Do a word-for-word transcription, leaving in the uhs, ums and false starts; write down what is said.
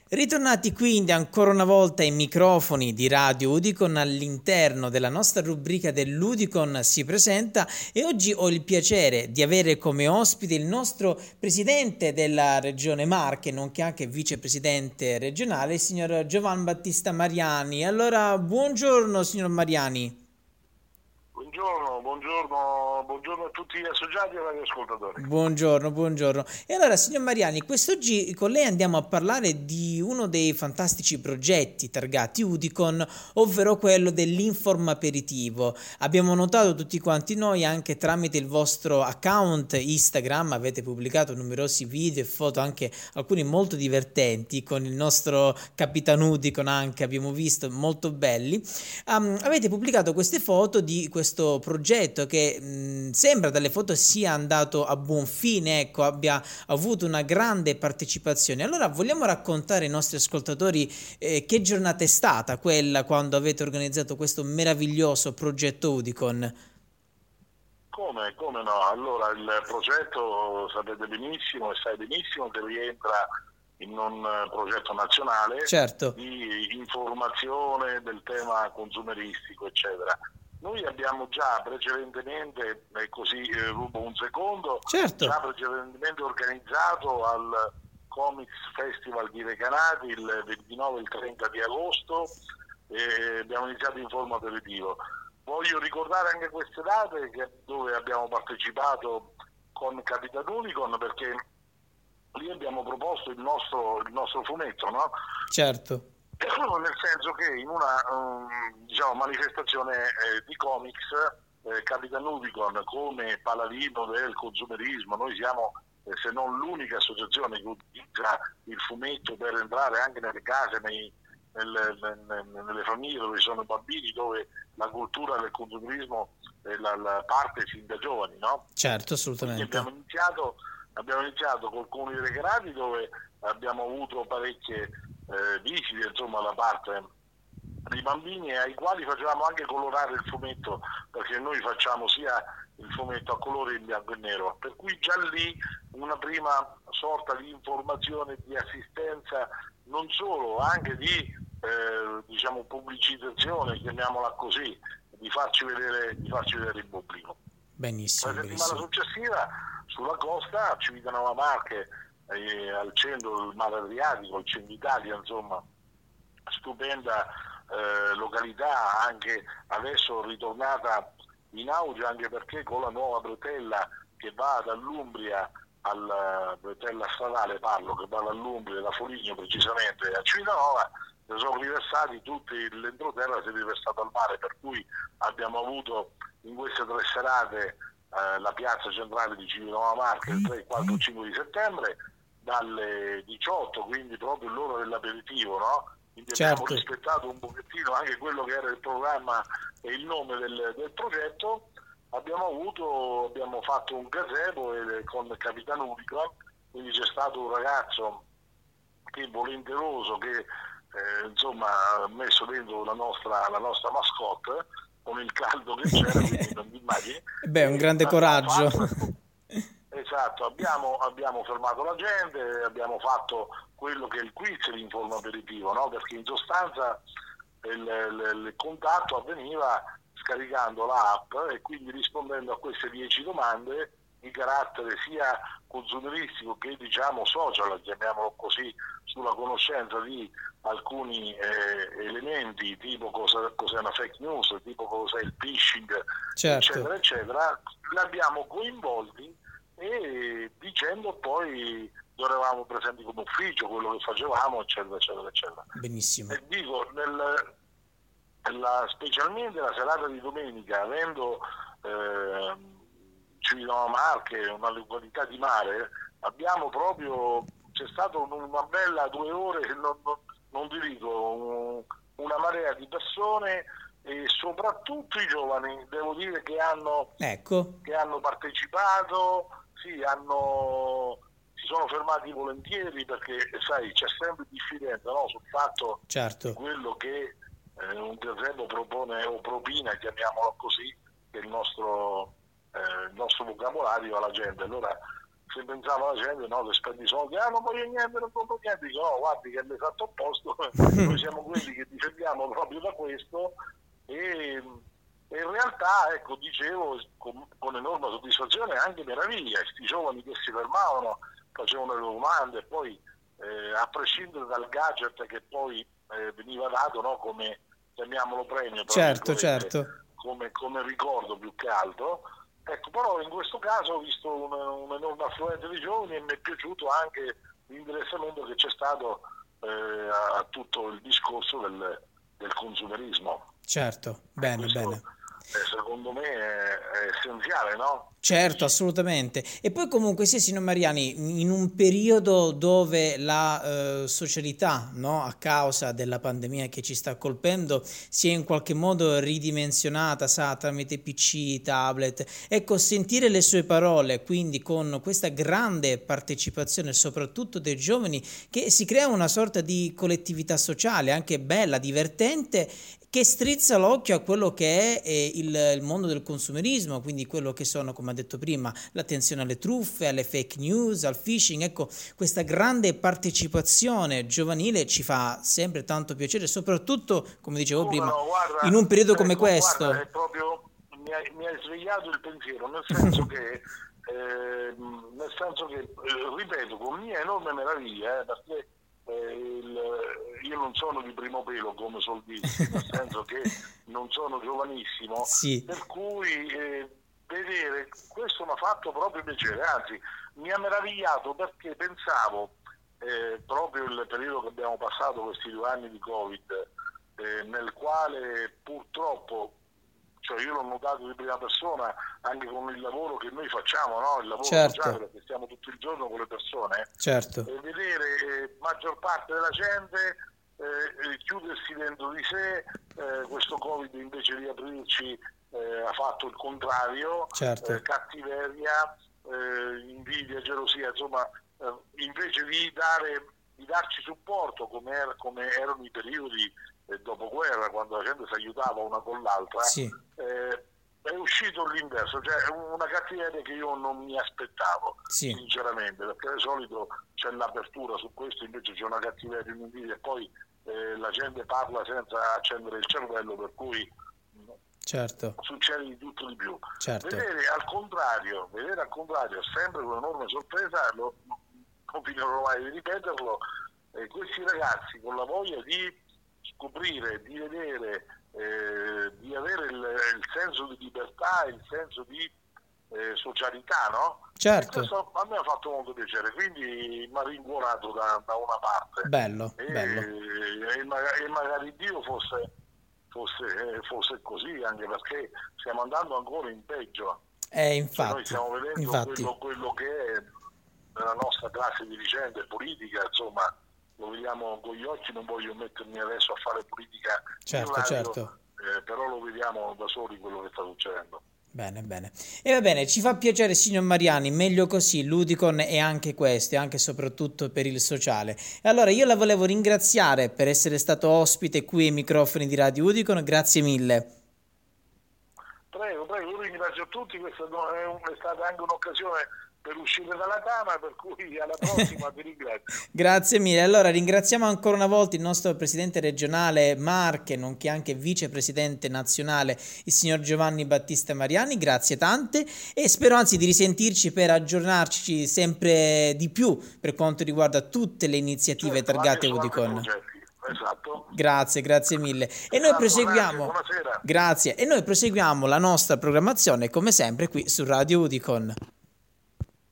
Ritornati quindi ancora una volta ai microfoni di Radio Udicon all'interno della nostra rubrica dell'Udicon si presenta e oggi ho il piacere di avere come ospite il nostro presidente della regione Marche, nonché anche vicepresidente regionale, il signor Giovan Battista Mariani. Allora, buongiorno signor Mariani. Buongiorno, buongiorno, buongiorno a tutti gli associati e agli ascoltatori. Buongiorno, buongiorno. E allora, signor Mariani, quest'oggi con lei andiamo a parlare di uno dei fantastici progetti targati Udicon, ovvero quello dell'Inform Aperitivo. Abbiamo notato tutti quanti noi, anche tramite il vostro account Instagram, avete pubblicato numerosi video e foto, anche alcuni molto divertenti, con il nostro Capitano Udicon anche, abbiamo visto, molto belli. Um, avete pubblicato queste foto di questo progetto che mh, sembra dalle foto sia andato a buon fine, ecco, abbia avuto una grande partecipazione. Allora vogliamo raccontare ai nostri ascoltatori eh, che giornata è stata quella quando avete organizzato questo meraviglioso progetto Udicon? Come, come no? Allora, il progetto sapete benissimo e sai benissimo che rientra in un progetto nazionale Certo. di informazione del tema consumeristico, eccetera. Noi abbiamo già precedentemente, e così eh, rubo un secondo, Certo. già precedentemente organizzato al Comics Festival di Recanati il ventinove e il trenta di agosto e abbiamo iniziato in forma aperitivo. Voglio ricordare anche queste date che, dove abbiamo partecipato con Capitan Udicon, perché lì abbiamo proposto il nostro, il nostro fumetto, no? Certo. Nel senso che in una um, diciamo, manifestazione eh, di comics eh, Capitan Udicon come paladino del consumerismo, noi siamo eh, se non l'unica associazione che utilizza il fumetto per entrare anche nelle case, nei, nelle, nelle, nelle famiglie dove ci sono bambini, dove la cultura del consumerismo eh, la, la parte sin da giovani, no? Certo, Quindi abbiamo assolutamente. iniziato, abbiamo iniziato col Comune dei Recanati, dove abbiamo avuto parecchie eh, visite, insomma, da parte dei bambini, ai quali facevamo anche colorare il fumetto, perché noi facciamo sia il fumetto a colore in bianco e nero, per cui già lì una prima sorta di informazione, di assistenza, non solo, anche di eh, diciamo pubblicizzazione, chiamiamola così, di farci vedere, di farci vedere il pubblico. Benissimo, La settimana benissimo. successiva sulla costa, a Civitanova Marche, eh, al centro del mare Adriatico, al centro Italia, insomma, stupenda eh, località, anche adesso ritornata in auge, anche perché con la nuova bretella che va dall'Umbria alla bretella stradale, parlo, che va dall'Umbria, da Foligno precisamente, a Civitanova, sono riversati tutti, l'entroterra si è riversato al mare, per cui abbiamo avuto in queste tre serate eh, la piazza centrale di Civitanova Marche il tre, quattro, cinque di settembre dalle diciotto, quindi proprio l'ora dell'aperitivo, no? Quindi abbiamo Certo. rispettato un pochettino anche quello che era il programma e il nome del, del progetto. Abbiamo avuto, abbiamo fatto un gazebo eh, con Capitano Udicon, quindi c'è stato un ragazzo che volenteroso che eh, insomma ha messo dentro la nostra, la nostra mascotte con il caldo che c'era, quindi non mi immagini. Beh, un E grande abbiamo coraggio. fatto, esatto, abbiamo, abbiamo fermato la gente, abbiamo fatto quello che è il quiz di informa aperitivo, no? Perché in sostanza il, il, il contatto avveniva scaricando l'app e quindi rispondendo a queste dieci domande di carattere sia consumeristico che diciamo social, chiamiamolo così, sulla conoscenza di alcuni eh, elementi, tipo cosa, cos'è una fake news, tipo cos'è il phishing, Certo. eccetera, eccetera, l'abbiamo coinvolti e dicendo poi dove eravamo presenti come ufficio, quello che facevamo, eccetera, eccetera, eccetera. Benissimo. E dico, nel, nella, specialmente la serata di domenica, avendo eh, Civitanova Marche, una località di mare, abbiamo proprio, c'è stata una bella due ore, non, non, non ti dico, un, una marea di persone e soprattutto i giovani, devo dire che hanno, Ecco. che hanno partecipato, sì, hanno, si sono fermati volentieri perché, sai, c'è sempre diffidenza, no, sul fatto di Certo. quello che eh, un gazebo propone o propina, chiamiamolo così, che è il nostro, eh, il nostro vocabolario alla gente. Allora se pensava la gente, no, che spendi soldi, ah non voglio niente, non compro niente, dico no, guardi che è l'esatto opposto, noi siamo quelli che difendiamo proprio da questo e, e in realtà, ecco, dicevo con, con enorme soddisfazione, anche meraviglia, questi giovani che si fermavano, facevano le domande e poi eh, a prescindere dal gadget che poi eh, veniva dato, no, come, chiamiamolo premio, Certo, certo. come, come ricordo più che altro. Ecco, però in questo caso ho visto un, un enorme affluente di giovani e mi è piaciuto anche l'interessamento che c'è stato eh, a, a tutto il discorso del, del consumerismo. Certo, bene, Questo, bene. eh, secondo me è, è essenziale, no? Certo, assolutamente. E poi comunque sì, signor Mariani, in un periodo dove la eh, socialità, no, a causa della pandemia che ci sta colpendo, si è in qualche modo ridimensionata, sa, tramite P C, tablet, ecco, sentire le sue parole, quindi con questa grande partecipazione, soprattutto dei giovani, che si crea una sorta di collettività sociale, anche bella, divertente, che strizza l'occhio a quello che è eh, il, il mondo del consumerismo, quindi quello che sono, come ha detto prima, l'attenzione alle truffe, alle fake news, al phishing. Ecco, questa grande partecipazione giovanile ci fa sempre tanto piacere, soprattutto, come dicevo Come prima, no, guarda, in un periodo come ecco, questo. guarda, è proprio, mi hai, mi hai svegliato il pensiero, nel senso che, eh, nel senso che eh, ripeto, con mia enorme meraviglia, eh, perché eh, il, io non sono di primo pelo come suol dirsi, nel senso che non sono giovanissimo, Sì. per cui eh, vedere questo mi ha fatto proprio piacere, anzi mi ha meravigliato perché pensavo eh, proprio il periodo che abbiamo passato, questi due anni di Covid, eh, nel quale purtroppo, cioè io l'ho notato di prima persona anche con il lavoro che noi facciamo, no? Il lavoro Certo. sociale, perché stiamo tutto il giorno con le persone, Certo. e vedere eh, maggior parte della gente eh, chiudersi dentro di sé, eh, questo Covid invece di aprirci eh, ha fatto il contrario, Certo. eh, cattiveria, eh, invidia, gelosia, insomma, eh, invece di dare di darci supporto come, er- come erano i periodi eh, dopoguerra, quando la gente si aiutava una con l'altra, Sì. eh, è uscito l'inverso, cioè una cattiveria che io non mi aspettavo, Sì. sinceramente, perché di solito c'è l'apertura su questo, invece c'è una cattiveria, un'invidia e poi eh, la gente parla senza accendere il cervello, per cui Certo. succede di tutto di più. Certo. Vedere al contrario, vedere al contrario, sempre con enorme sorpresa, lo, non finirò mai di ripeterlo, eh, questi ragazzi con la voglia di scoprire, di vedere, eh, di avere il, il senso di libertà, il senso di eh, socialità, no? Certo. E questo a me ha fatto molto piacere, quindi mi ha rincuorato da, da una parte. Bello, e, bello. E, magari, e magari Dio fosse, fosse, fosse così, anche perché stiamo andando ancora in peggio. Eh, Cioè, infatti, noi stiamo vedendo infatti. quello, quello che è nella nostra classe dirigente politica, insomma, lo vediamo con gli occhi, non voglio mettermi adesso a fare politica Certo, in radio, certo. eh, però lo vediamo da soli quello che sta succedendo. Bene, bene. E va bene, ci fa piacere, signor Mariani, meglio così, l'Udicon è anche questo, e anche e soprattutto per il sociale. E allora io la volevo ringraziare per essere stato ospite qui ai microfoni di Radio Udicon, grazie mille. Prego, prego, io ringrazio tutti, questa è, un, è stata anche un'occasione per uscire dalla tana, per cui alla prossima ti ringrazio. Grazie mille. Allora ringraziamo ancora una volta il nostro presidente regionale Marche, nonché anche vicepresidente nazionale, il signor Giovanni Battista Mariani, grazie tante e spero anzi di risentirci per aggiornarci sempre di più per quanto riguarda tutte le iniziative Certo, targate anche su altri Udicon. progetti. Esatto. Grazie, grazie mille. E noi Esatto, proseguiamo. grazie, buonasera. Grazie. E noi proseguiamo la nostra programmazione come sempre qui su Radio Udicon.